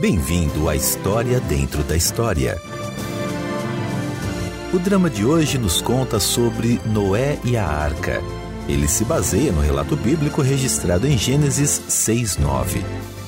Bem-vindo à História Dentro da História. O drama de hoje nos conta sobre Noé e a Arca. Ele se baseia no relato bíblico registrado em Gênesis 6:9.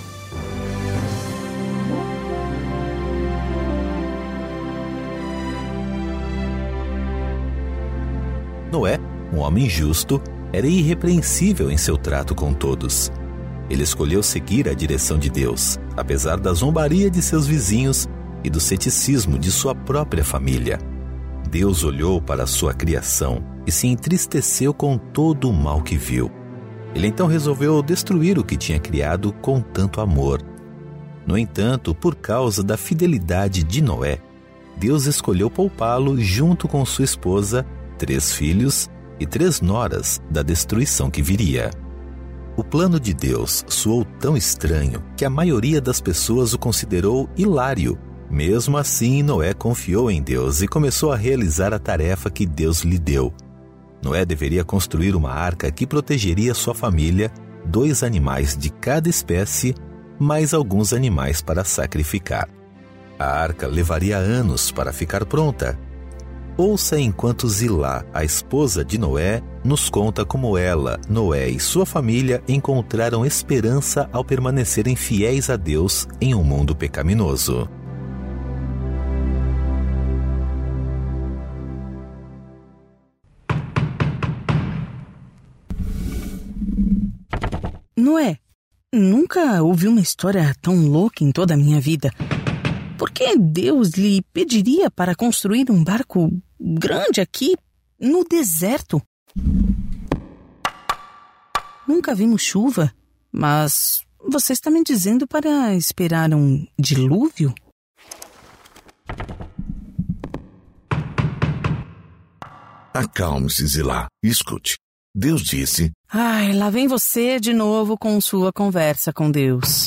Noé, um homem justo, era irrepreensível em seu trato com todos. Ele escolheu seguir a direção de Deus, apesar da zombaria de seus vizinhos e do ceticismo de sua própria família. Deus olhou para a sua criação e se entristeceu com todo o mal que viu. Ele então resolveu destruir o que tinha criado com tanto amor. No entanto, por causa da fidelidade de Noé, Deus escolheu poupá-lo junto com sua esposa, 3 filhos e 3 noras da destruição que viria. O plano de Deus soou tão estranho que a maioria das pessoas o considerou hilário. Mesmo assim, Noé confiou em Deus e começou a realizar a tarefa que Deus lhe deu. Noé deveria construir uma arca que protegeria sua família, 2 animais de cada espécie, mais alguns animais para sacrificar. A arca levaria anos para ficar pronta. Ouça enquanto Zilá, a esposa de Noé, nos conta como ela, Noé e sua família encontraram esperança ao permanecerem fiéis a Deus em um mundo pecaminoso. Noé, nunca ouvi uma história tão louca em toda a minha vida. Por que Deus lhe pediria para construir um barco grande aqui no deserto? Nunca vimos chuva, mas você está me dizendo para esperar um dilúvio? Acalme-se, Zilá, e escute. Deus disse... Ai, lá vem você de novo com sua conversa com Deus.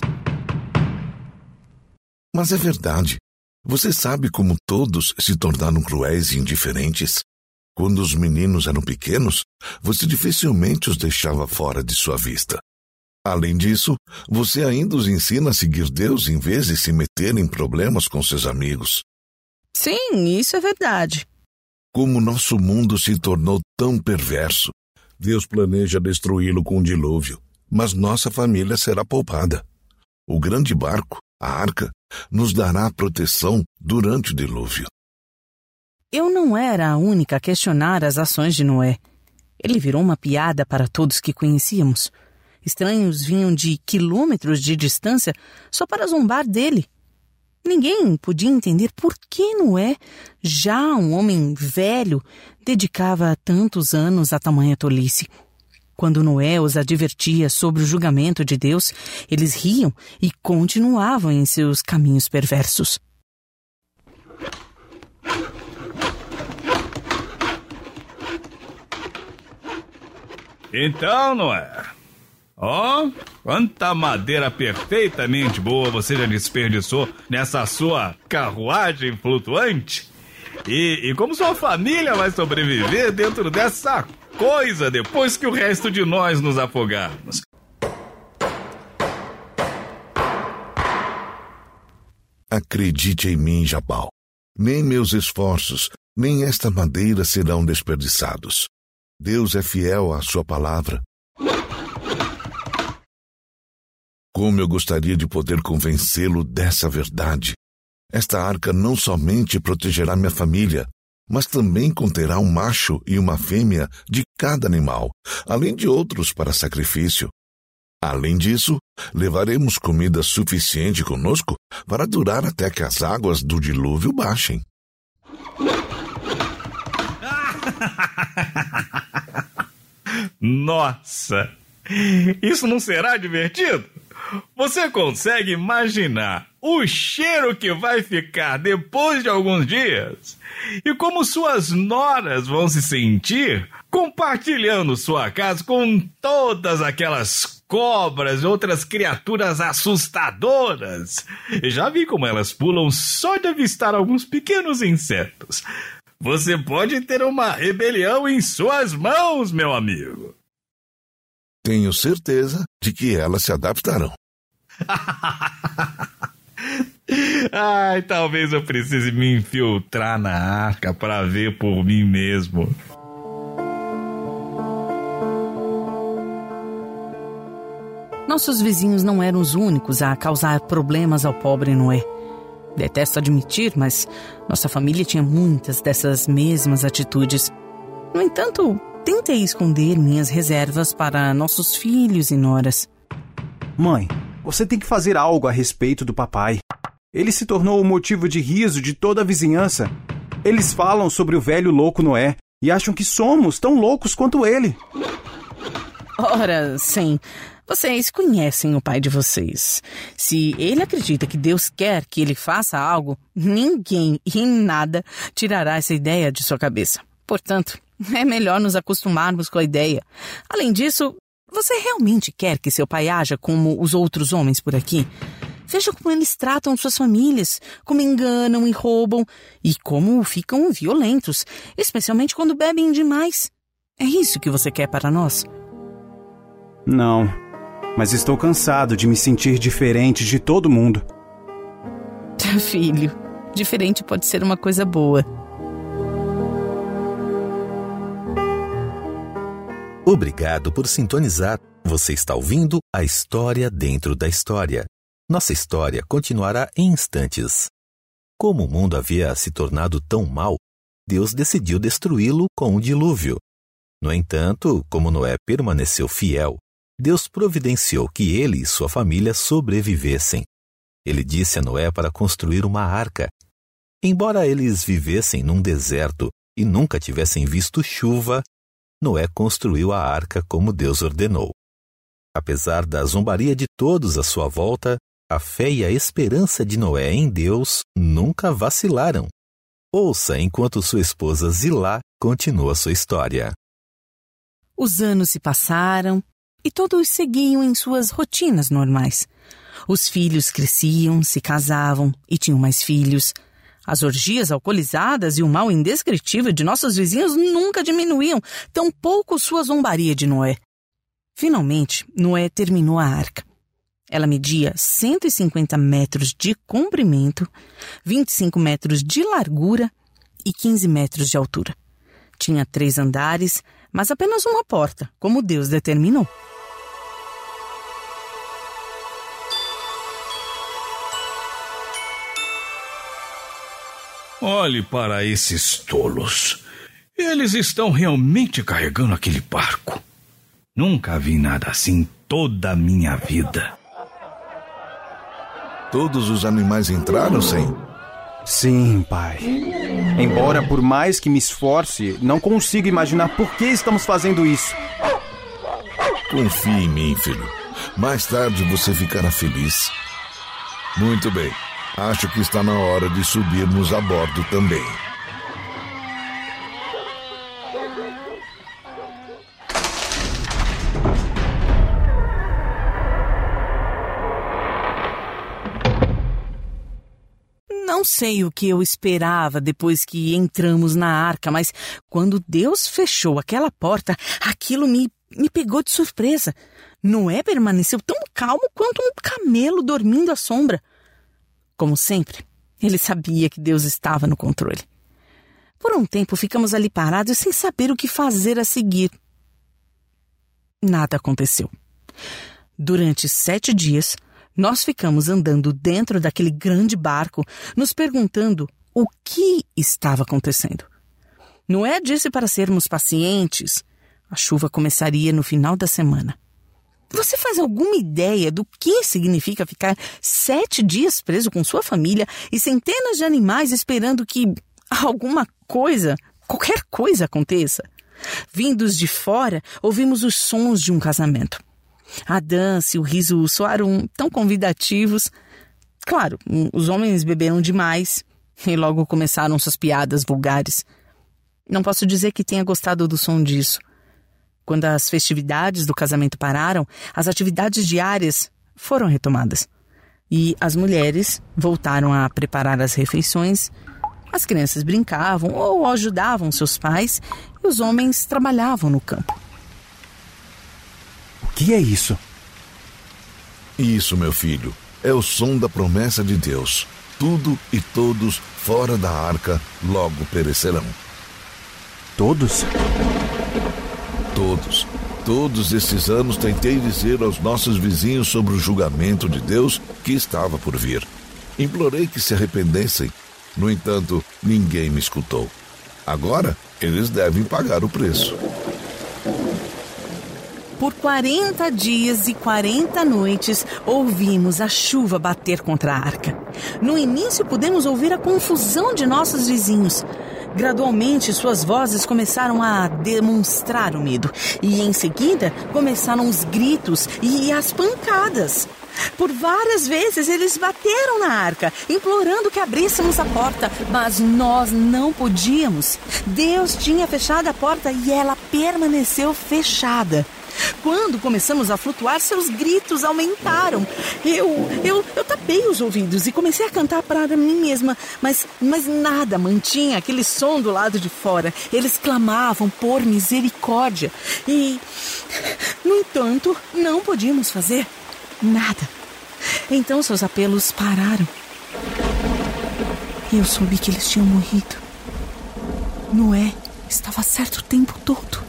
Mas é verdade. Você sabe como todos se tornaram cruéis e indiferentes? Quando os meninos eram pequenos, você dificilmente os deixava fora de sua vista. Além disso, você ainda os ensina a seguir Deus em vez de se meter em problemas com seus amigos. Sim, isso é verdade. Como nosso mundo se tornou tão perverso. Deus planeja destruí-lo com um dilúvio, mas nossa família será poupada. O grande barco, a arca, nos dará proteção durante o dilúvio. Eu não era a única a questionar as ações de Noé. Ele virou uma piada para todos que conhecíamos. Estranhos vinham de quilômetros de distância só para zombar dele. Ninguém podia entender por que Noé, já um homem velho, dedicava tantos anos a tamanha tolice. Quando Noé os advertia sobre o julgamento de Deus, eles riam e continuavam em seus caminhos perversos. Então, Noé, quanta madeira perfeitamente boa você já desperdiçou nessa sua carruagem flutuante? E como sua família vai sobreviver dentro dessa coisa depois que o resto de nós nos afogarmos? Acredite em mim, Jabal. Nem meus esforços, nem esta madeira serão desperdiçados. Deus é fiel à sua palavra. Como eu gostaria de poder convencê-lo dessa verdade. Esta arca não somente protegerá minha família, mas também conterá um macho e uma fêmea de cada animal, além de outros para sacrifício. Além disso, levaremos comida suficiente conosco para durar até que as águas do dilúvio baixem. Nossa! Isso não será divertido? Você consegue imaginar o cheiro que vai ficar depois de alguns dias? E como suas noras vão se sentir compartilhando sua casa com todas aquelas cobras e outras criaturas assustadoras? Já vi como elas pulam só de avistar alguns pequenos insetos. Você pode ter uma rebelião em suas mãos, meu amigo. Tenho certeza de que elas se adaptarão. Ai, talvez eu precise me infiltrar na arca para ver por mim mesmo. Nossos vizinhos não eram os únicos a causar problemas ao pobre Noé. Detesto admitir, mas nossa família tinha muitas dessas mesmas atitudes. No entanto, tentei esconder minhas reservas para nossos filhos e noras. Mãe, você tem que fazer algo a respeito do papai. Ele se tornou o motivo de riso de toda a vizinhança. Eles falam sobre o velho louco Noé e acham que somos tão loucos quanto ele. Ora, sim. Vocês conhecem o pai de vocês. Se ele acredita que Deus quer que ele faça algo, ninguém e nada tirará essa ideia de sua cabeça. Portanto, é melhor nos acostumarmos com a ideia. Além disso, você realmente quer que seu pai haja como os outros homens por aqui? Veja como eles tratam suas famílias, como enganam e roubam, e como ficam violentos, especialmente quando bebem demais. É isso que você quer para nós? Não, mas estou cansado de me sentir diferente de todo mundo. Filho, diferente pode ser uma coisa boa. Obrigado por sintonizar. Você está ouvindo a história dentro da história. Nossa história continuará em instantes. Como o mundo havia se tornado tão mau, Deus decidiu destruí-lo com o dilúvio. No entanto, como Noé permaneceu fiel, Deus providenciou que ele e sua família sobrevivessem. Ele disse a Noé para construir uma arca. Embora eles vivessem num deserto e nunca tivessem visto chuva, Noé construiu a arca como Deus ordenou. Apesar da zombaria de todos à sua volta, a fé e a esperança de Noé em Deus nunca vacilaram. Ouça enquanto sua esposa Zilá continua sua história. Os anos se passaram e todos seguiam em suas rotinas normais. Os filhos cresciam, se casavam e tinham mais filhos. As orgias alcoolizadas e o mal indescritível de nossos vizinhos nunca diminuíam, tampouco sua zombaria de Noé. Finalmente, Noé terminou a arca. Ela media 150 metros de comprimento, 25 metros de largura e 15 metros de altura. Tinha 3 andares, mas apenas uma porta, como Deus determinou. Olhe para esses tolos. Eles estão realmente carregando aquele barco. Nunca vi nada assim em toda a minha vida. Todos os animais entraram, Sem? Sim, pai. Embora por mais que me esforce, não consigo imaginar por que estamos fazendo isso. Confie em mim, filho. Mais tarde você ficará feliz. Muito bem. Acho que está na hora de subirmos a bordo também. Não sei o que eu esperava depois que entramos na arca, mas quando Deus fechou aquela porta, aquilo me pegou de surpresa. Noé permaneceu tão calmo quanto um camelo dormindo à sombra. Como sempre, ele sabia que Deus estava no controle. Por um tempo ficamos ali parados sem saber o que fazer a seguir. Nada aconteceu. Durante 7 dias, nós ficamos andando dentro daquele grande barco, nos perguntando o que estava acontecendo. Noé disse para sermos pacientes. A chuva começaria no final da semana. Você faz alguma ideia do que significa ficar 7 dias preso com sua família e centenas de animais esperando que alguma coisa, qualquer coisa aconteça? Vindos de fora, ouvimos os sons de um casamento. A dança e o riso soaram tão convidativos. Claro, os homens beberam demais e logo começaram suas piadas vulgares. Não posso dizer que tenha gostado do som disso. Quando as festividades do casamento pararam, as atividades diárias foram retomadas. E as mulheres voltaram a preparar as refeições, as crianças brincavam ou ajudavam seus pais e os homens trabalhavam no campo. O que é isso? Isso, meu filho, é o som da promessa de Deus. tudo e todos fora da arca logo perecerão. Todos? Todos esses anos tentei dizer aos nossos vizinhos sobre o julgamento de Deus que estava por vir. Implorei que se arrependessem. No entanto, ninguém me escutou. Agora, eles devem pagar o preço. Por 40 dias e 40 noites, ouvimos a chuva bater contra a arca. No início, pudemos ouvir a confusão de nossos vizinhos. Gradualmente, suas vozes começaram a demonstrar o medo. E, em seguida, começaram os gritos e as pancadas. Por várias vezes, eles bateram na arca, implorando que abríssemos a porta. Mas nós não podíamos. Deus tinha fechado a porta e ela permaneceu fechada. Quando começamos a flutuar, seus gritos aumentaram. Eu tapei os ouvidos e comecei a cantar para mim mesma, mas nada mantinha aquele som do lado de fora. Eles clamavam por misericórdia e, no entanto, não podíamos fazer nada. Então seus apelos pararam. Eu soube que eles tinham morrido. Noé estava certo o tempo todo.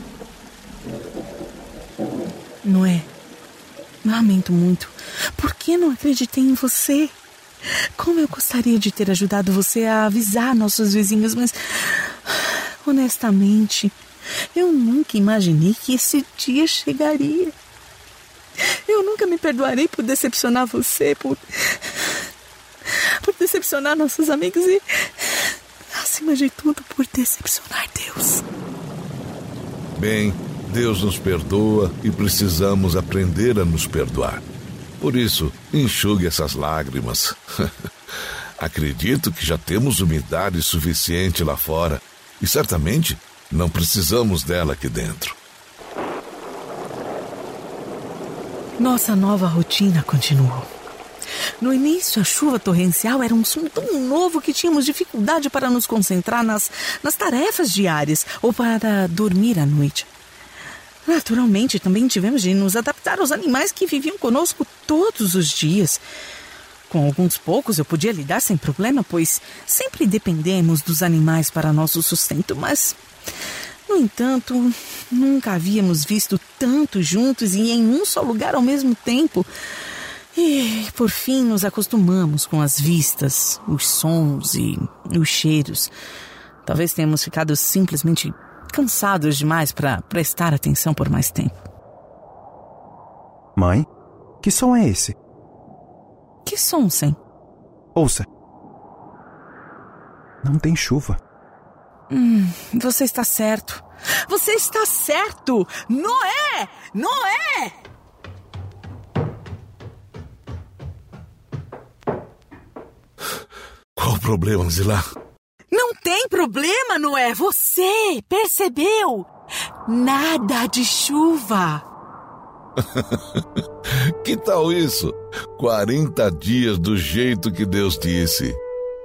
Noé, lamento muito. Por que não acreditei em você? Como eu gostaria de ter ajudado você a avisar nossos vizinhos, mas, honestamente, eu nunca imaginei que esse dia chegaria. Eu nunca me perdoarei por decepcionar você, por decepcionar nossos amigos e, acima de tudo, por decepcionar Deus. Bem, Deus nos perdoa e precisamos aprender a nos perdoar. Por isso, enxugue essas lágrimas. Acredito que já temos umidade suficiente lá fora e certamente não precisamos dela aqui dentro. Nossa nova rotina continuou. No início, a chuva torrencial era um som tão novo que tínhamos dificuldade para nos concentrar nas tarefas diárias ou para dormir à noite. Naturalmente, também tivemos de nos adaptar aos animais que viviam conosco todos os dias. Com alguns poucos eu podia lidar sem problema, pois sempre dependemos dos animais para nosso sustento, mas, no entanto, nunca havíamos visto tantos juntos e em um só lugar ao mesmo tempo. E, por fim, nos acostumamos com as vistas, os sons e os cheiros. Talvez tenhamos ficado simplesmente cansados demais para prestar atenção por mais tempo. Mãe, que som é esse? Que som, Sam? Ouça. Não tem chuva. Você está certo. Você está certo! Noé! Noé! Qual o problema, Zilá? Não tem problema, Noé. Você percebeu? Nada de chuva. Que tal isso? 40 dias do jeito que Deus disse.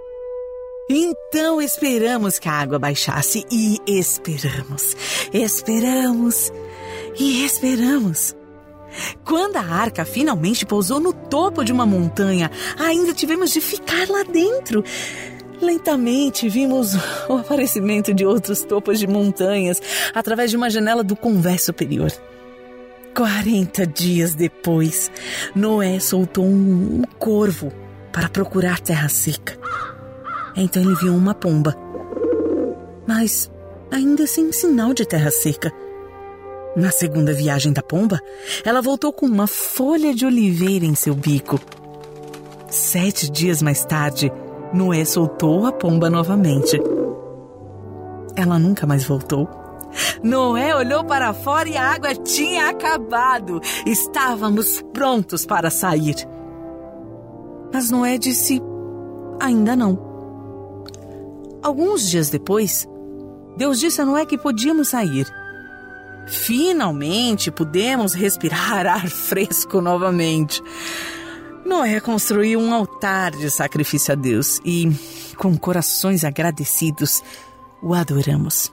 Então esperamos que a água baixasse e esperamos. Esperamos e esperamos. Quando a arca finalmente pousou no topo de uma montanha, ainda tivemos de ficar lá dentro. Lentamente vimos o aparecimento de outros topos de montanhas através de uma janela do convés superior. 40 dias depois, Noé soltou um corvo para procurar terra seca. Então ele viu uma pomba, mas ainda sem sinal de terra seca. Na segunda viagem da pomba, ela voltou com uma folha de oliveira em seu bico. 7 dias mais tarde, Noé soltou a pomba novamente. Ela nunca mais voltou. Noé olhou para fora e a água tinha acabado. Estávamos prontos para sair. Mas Noé disse: ainda não. Alguns dias depois, Deus disse a Noé que podíamos sair. Finalmente pudemos respirar ar fresco novamente. Noé construiu um altar de sacrifício a Deus e, com corações agradecidos, o adoramos.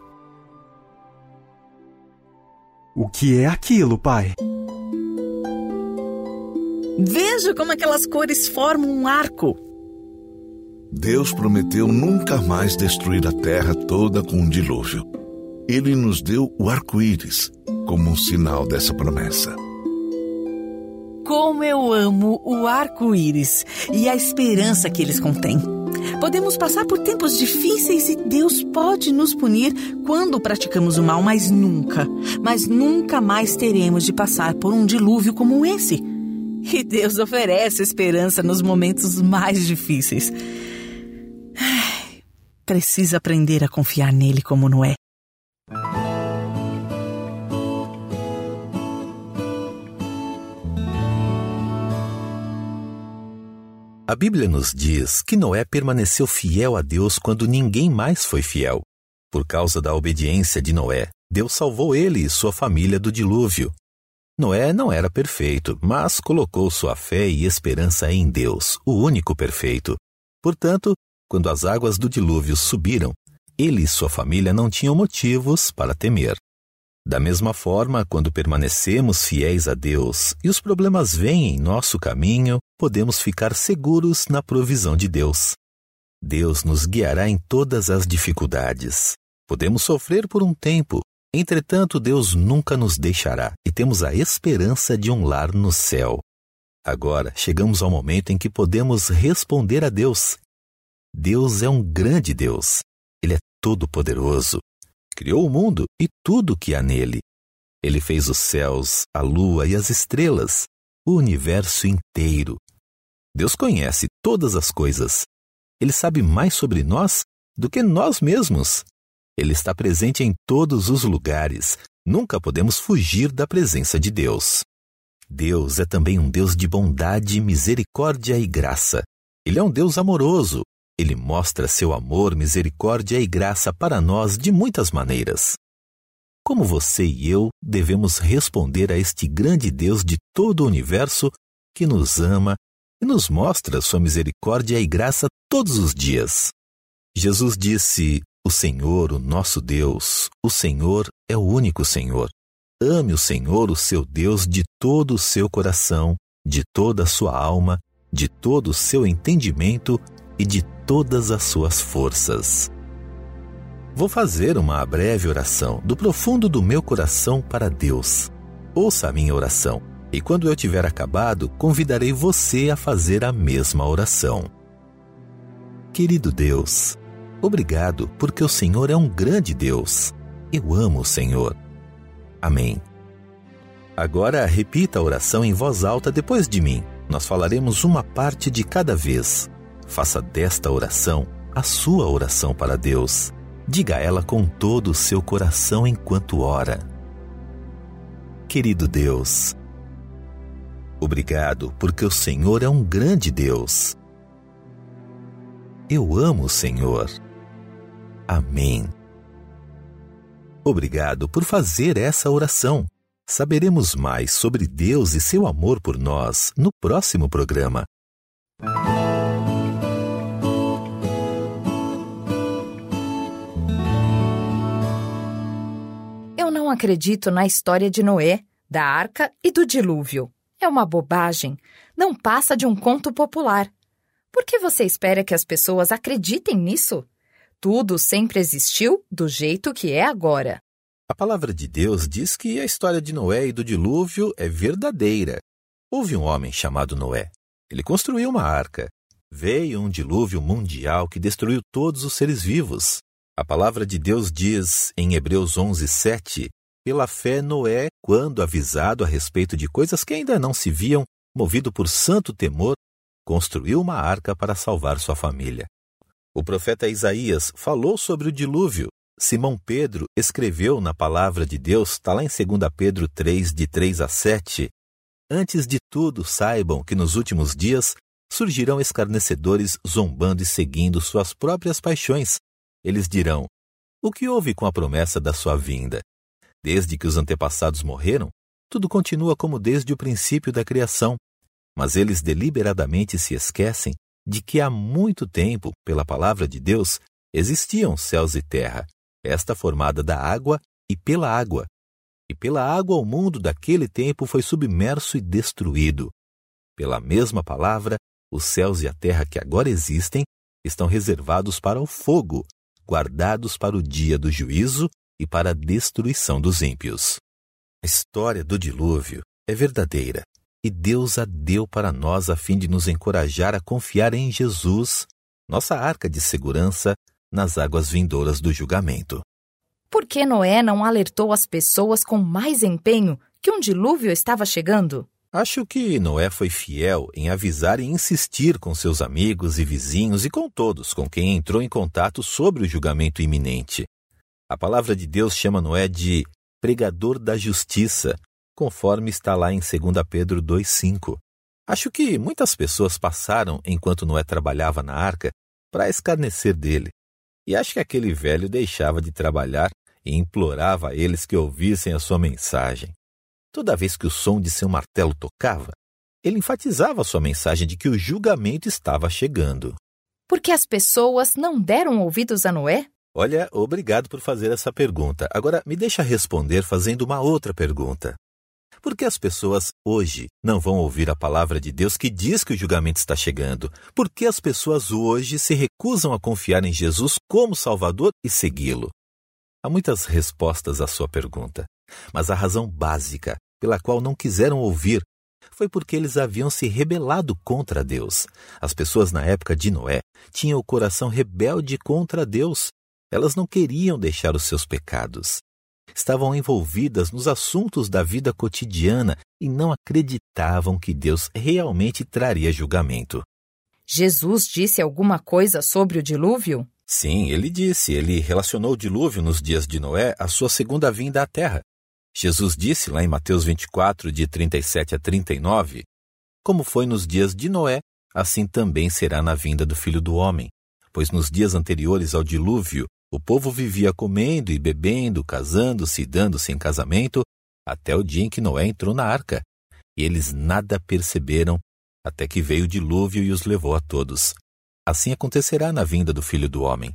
O que é aquilo, pai? Veja como aquelas cores formam um arco. Deus prometeu nunca mais destruir a terra toda com um dilúvio. Ele nos deu o arco-íris como um sinal dessa promessa. Como eu amo o arco-íris e a esperança que eles contêm. Podemos passar por tempos difíceis e Deus pode nos punir quando praticamos o mal, mas nunca mais teremos de passar por um dilúvio como esse. E Deus oferece esperança nos momentos mais difíceis. Precisa aprender a confiar nele como Noé. A Bíblia nos diz que Noé permaneceu fiel a Deus quando ninguém mais foi fiel. Por causa da obediência de Noé, Deus salvou ele e sua família do dilúvio. Noé não era perfeito, mas colocou sua fé e esperança em Deus, o único perfeito. Portanto, quando as águas do dilúvio subiram, ele e sua família não tinham motivos para temer. Da mesma forma, quando permanecemos fiéis a Deus e os problemas vêm em nosso caminho, podemos ficar seguros na provisão de Deus. Deus nos guiará em todas as dificuldades. Podemos sofrer por um tempo, entretanto Deus nunca nos deixará e temos a esperança de um lar no céu. Agora chegamos ao momento em que podemos responder a Deus. Deus é um grande Deus. Ele é todo-poderoso. Criou o mundo e tudo o que há nele. Ele fez os céus, a lua e as estrelas, o universo inteiro. Deus conhece todas as coisas. Ele sabe mais sobre nós do que nós mesmos. Ele está presente em todos os lugares. Nunca podemos fugir da presença de Deus. Deus é também um Deus de bondade, misericórdia e graça. Ele é um Deus amoroso. Ele mostra seu amor, misericórdia e graça para nós de muitas maneiras. Como você e eu devemos responder a este grande Deus de todo o universo que nos ama e nos mostra sua misericórdia e graça todos os dias? Jesus disse: "O Senhor, o nosso Deus, o Senhor é o único Senhor. Ame o Senhor, o seu Deus, de todo o seu coração, de toda a sua alma, de todo o seu entendimento e de todas as suas forças." Vou fazer uma breve oração do profundo do meu coração para Deus. Ouça a minha oração e quando eu tiver acabado, convidarei você a fazer a mesma oração. Querido Deus, obrigado porque o Senhor é um grande Deus. Eu amo o Senhor. Amém. Agora repita a oração em voz alta depois de mim. Nós falaremos uma parte de cada vez. Faça desta oração a sua oração para Deus. Diga ela com todo o seu coração enquanto ora. Querido Deus, obrigado porque o Senhor é um grande Deus. Eu amo o Senhor. Amém. Obrigado por fazer essa oração. Saberemos mais sobre Deus e seu amor por nós no próximo programa. Eu não acredito na história de Noé, da arca e do dilúvio. É uma bobagem. Não passa de um conto popular. Por que você espera que as pessoas acreditem nisso? Tudo sempre existiu do jeito que é agora. A palavra de Deus diz que a história de Noé e do dilúvio é verdadeira. Houve um homem chamado Noé. Ele construiu uma arca. Veio um dilúvio mundial que destruiu todos os seres vivos. A palavra de Deus diz em Hebreus 11:7, pela fé Noé, quando avisado a respeito de coisas que ainda não se viam, movido por santo temor, construiu uma arca para salvar sua família. O profeta Isaías falou sobre o dilúvio. Simão Pedro escreveu na palavra de Deus, está lá em 2 Pedro 3, de 3-7, antes de tudo saibam que nos últimos dias surgirão escarnecedores zombando e seguindo suas próprias paixões. Eles dirão, o que houve com a promessa da sua vinda? Desde que os antepassados morreram, tudo continua como desde o princípio da criação. Mas eles deliberadamente se esquecem de que há muito tempo, pela palavra de Deus, existiam céus e terra, esta formada da água e pela água. E pela água o mundo daquele tempo foi submerso e destruído. Pela mesma palavra, os céus e a terra que agora existem estão reservados para o fogo, guardados para o dia do juízo e para a destruição dos ímpios. A história do dilúvio é verdadeira e Deus a deu para nós a fim de nos encorajar a confiar em Jesus, nossa arca de segurança nas águas vindouras do julgamento. Por que Noé não alertou as pessoas com mais empenho que um dilúvio estava chegando? Acho que Noé foi fiel em avisar e insistir com seus amigos e vizinhos e com todos com quem entrou em contato sobre o julgamento iminente. A palavra de Deus chama Noé de pregador da justiça, conforme está lá em 2 Pedro 2,5. Acho que muitas pessoas passaram enquanto Noé trabalhava na arca para escarnecer dele. E acho que aquele velho deixava de trabalhar e implorava a eles que ouvissem a sua mensagem. Toda vez que o som de seu martelo tocava, ele enfatizava a sua mensagem de que o julgamento estava chegando. Por que as pessoas não deram ouvidos a Noé? Olha, obrigado por fazer essa pergunta. Agora, me deixa responder fazendo uma outra pergunta. Por que as pessoas hoje não vão ouvir a palavra de Deus que diz que o julgamento está chegando? Por que as pessoas hoje se recusam a confiar em Jesus como Salvador e segui-lo? Há muitas respostas à sua pergunta, mas a razão básica pela qual não quiseram ouvir foi porque eles haviam se rebelado contra Deus. As pessoas na época de Noé tinham o coração rebelde contra Deus. Elas não queriam deixar os seus pecados. Estavam envolvidas nos assuntos da vida cotidiana e não acreditavam que Deus realmente traria julgamento. Jesus disse alguma coisa sobre o dilúvio? Sim, ele disse. Ele relacionou o dilúvio nos dias de Noé à sua segunda vinda à terra. Jesus disse lá em Mateus 24, de 37 a 39, como foi nos dias de Noé, assim também será na vinda do Filho do Homem. Pois nos dias anteriores ao dilúvio, o povo vivia comendo e bebendo, casando-se e dando-se em casamento, até o dia em que Noé entrou na arca. E eles nada perceberam, até que veio o dilúvio e os levou a todos. Assim acontecerá na vinda do Filho do Homem.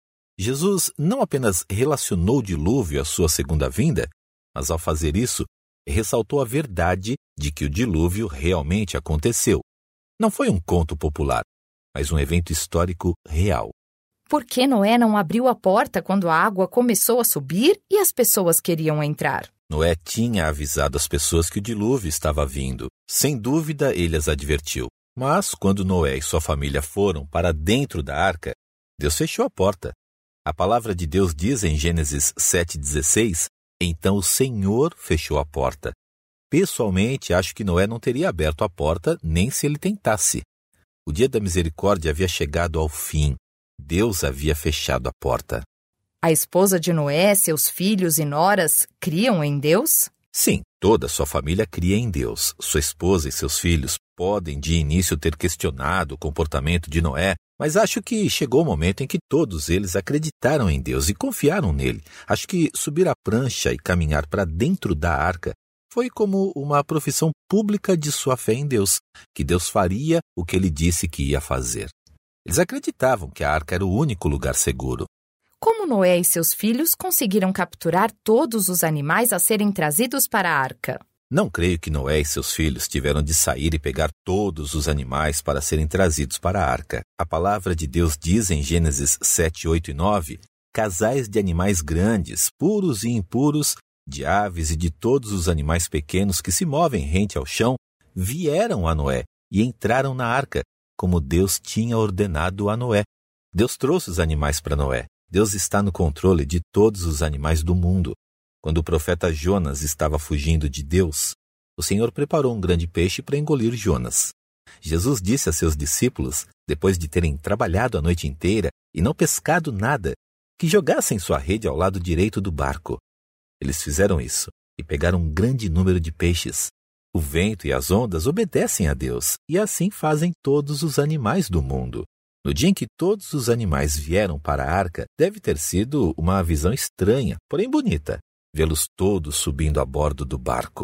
Jesus não apenas relacionou o dilúvio à sua segunda vinda, mas ao fazer isso, ressaltou a verdade de que o dilúvio realmente aconteceu. Não foi um conto popular, mas um evento histórico real. Por que Noé não abriu a porta quando a água começou a subir e as pessoas queriam entrar? Noé tinha avisado as pessoas que o dilúvio estava vindo. Sem dúvida, ele as advertiu. Mas, quando Noé e sua família foram para dentro da arca, Deus fechou a porta. A palavra de Deus diz em Gênesis 7,16, então o Senhor fechou a porta. Pessoalmente, acho que Noé não teria aberto a porta nem se ele tentasse. O dia da misericórdia havia chegado ao fim. Deus havia fechado a porta. A esposa de Noé, seus filhos e noras, criam em Deus? Sim, toda a sua família cria em Deus. Sua esposa e seus filhos podem de início ter questionado o comportamento de Noé, mas acho que chegou o momento em que todos eles acreditaram em Deus e confiaram nele. Acho que subir a prancha e caminhar para dentro da arca foi como uma profissão pública de sua fé em Deus, que Deus faria o que ele disse que ia fazer. Eles acreditavam que a arca era o único lugar seguro. Como Noé e seus filhos conseguiram capturar todos os animais a serem trazidos para a arca? Não creio que Noé e seus filhos tiveram de sair e pegar todos os animais para serem trazidos para a arca. A palavra de Deus diz em Gênesis 7, 8 e 9, casais de animais grandes, puros e impuros, de aves e de todos os animais pequenos que se movem rente ao chão, vieram a Noé e entraram na arca, como Deus tinha ordenado a Noé. Deus trouxe os animais para Noé. Deus está no controle de todos os animais do mundo. Quando o profeta Jonas estava fugindo de Deus, o Senhor preparou um grande peixe para engolir Jonas. Jesus disse a seus discípulos, depois de terem trabalhado a noite inteira e não pescado nada, que jogassem sua rede ao lado direito do barco. Eles fizeram isso e pegaram um grande número de peixes. O vento e as ondas obedecem a Deus e assim fazem todos os animais do mundo. No dia em que todos os animais vieram para a arca, deve ter sido uma visão estranha, porém bonita, vê-los todos subindo a bordo do barco.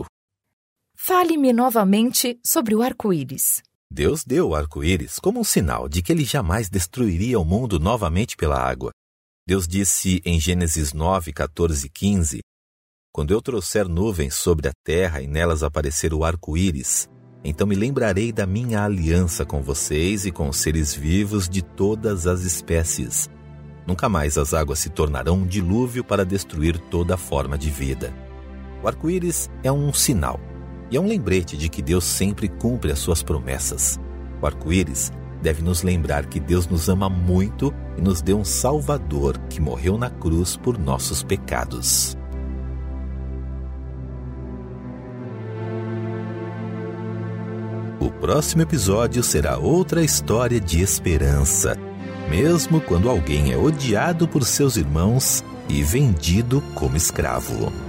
Fale-me novamente sobre o arco-íris. Deus deu o arco-íris como um sinal de que ele jamais destruiria o mundo novamente pela água. Deus disse em Gênesis 9, 14 e 15, quando eu trouxer nuvens sobre a terra e nelas aparecer o arco-íris, Então me lembrarei da minha aliança com vocês e com os seres vivos de todas as espécies. Nunca mais as águas se tornarão um dilúvio para destruir toda forma de vida. O arco-íris é um sinal e é um lembrete de que Deus sempre cumpre as suas promessas. O arco-íris deve nos lembrar que Deus nos ama muito e nos deu um Salvador que morreu na cruz por nossos pecados. O próximo episódio será outra história de esperança, mesmo quando alguém é odiado por seus irmãos e vendido como escravo.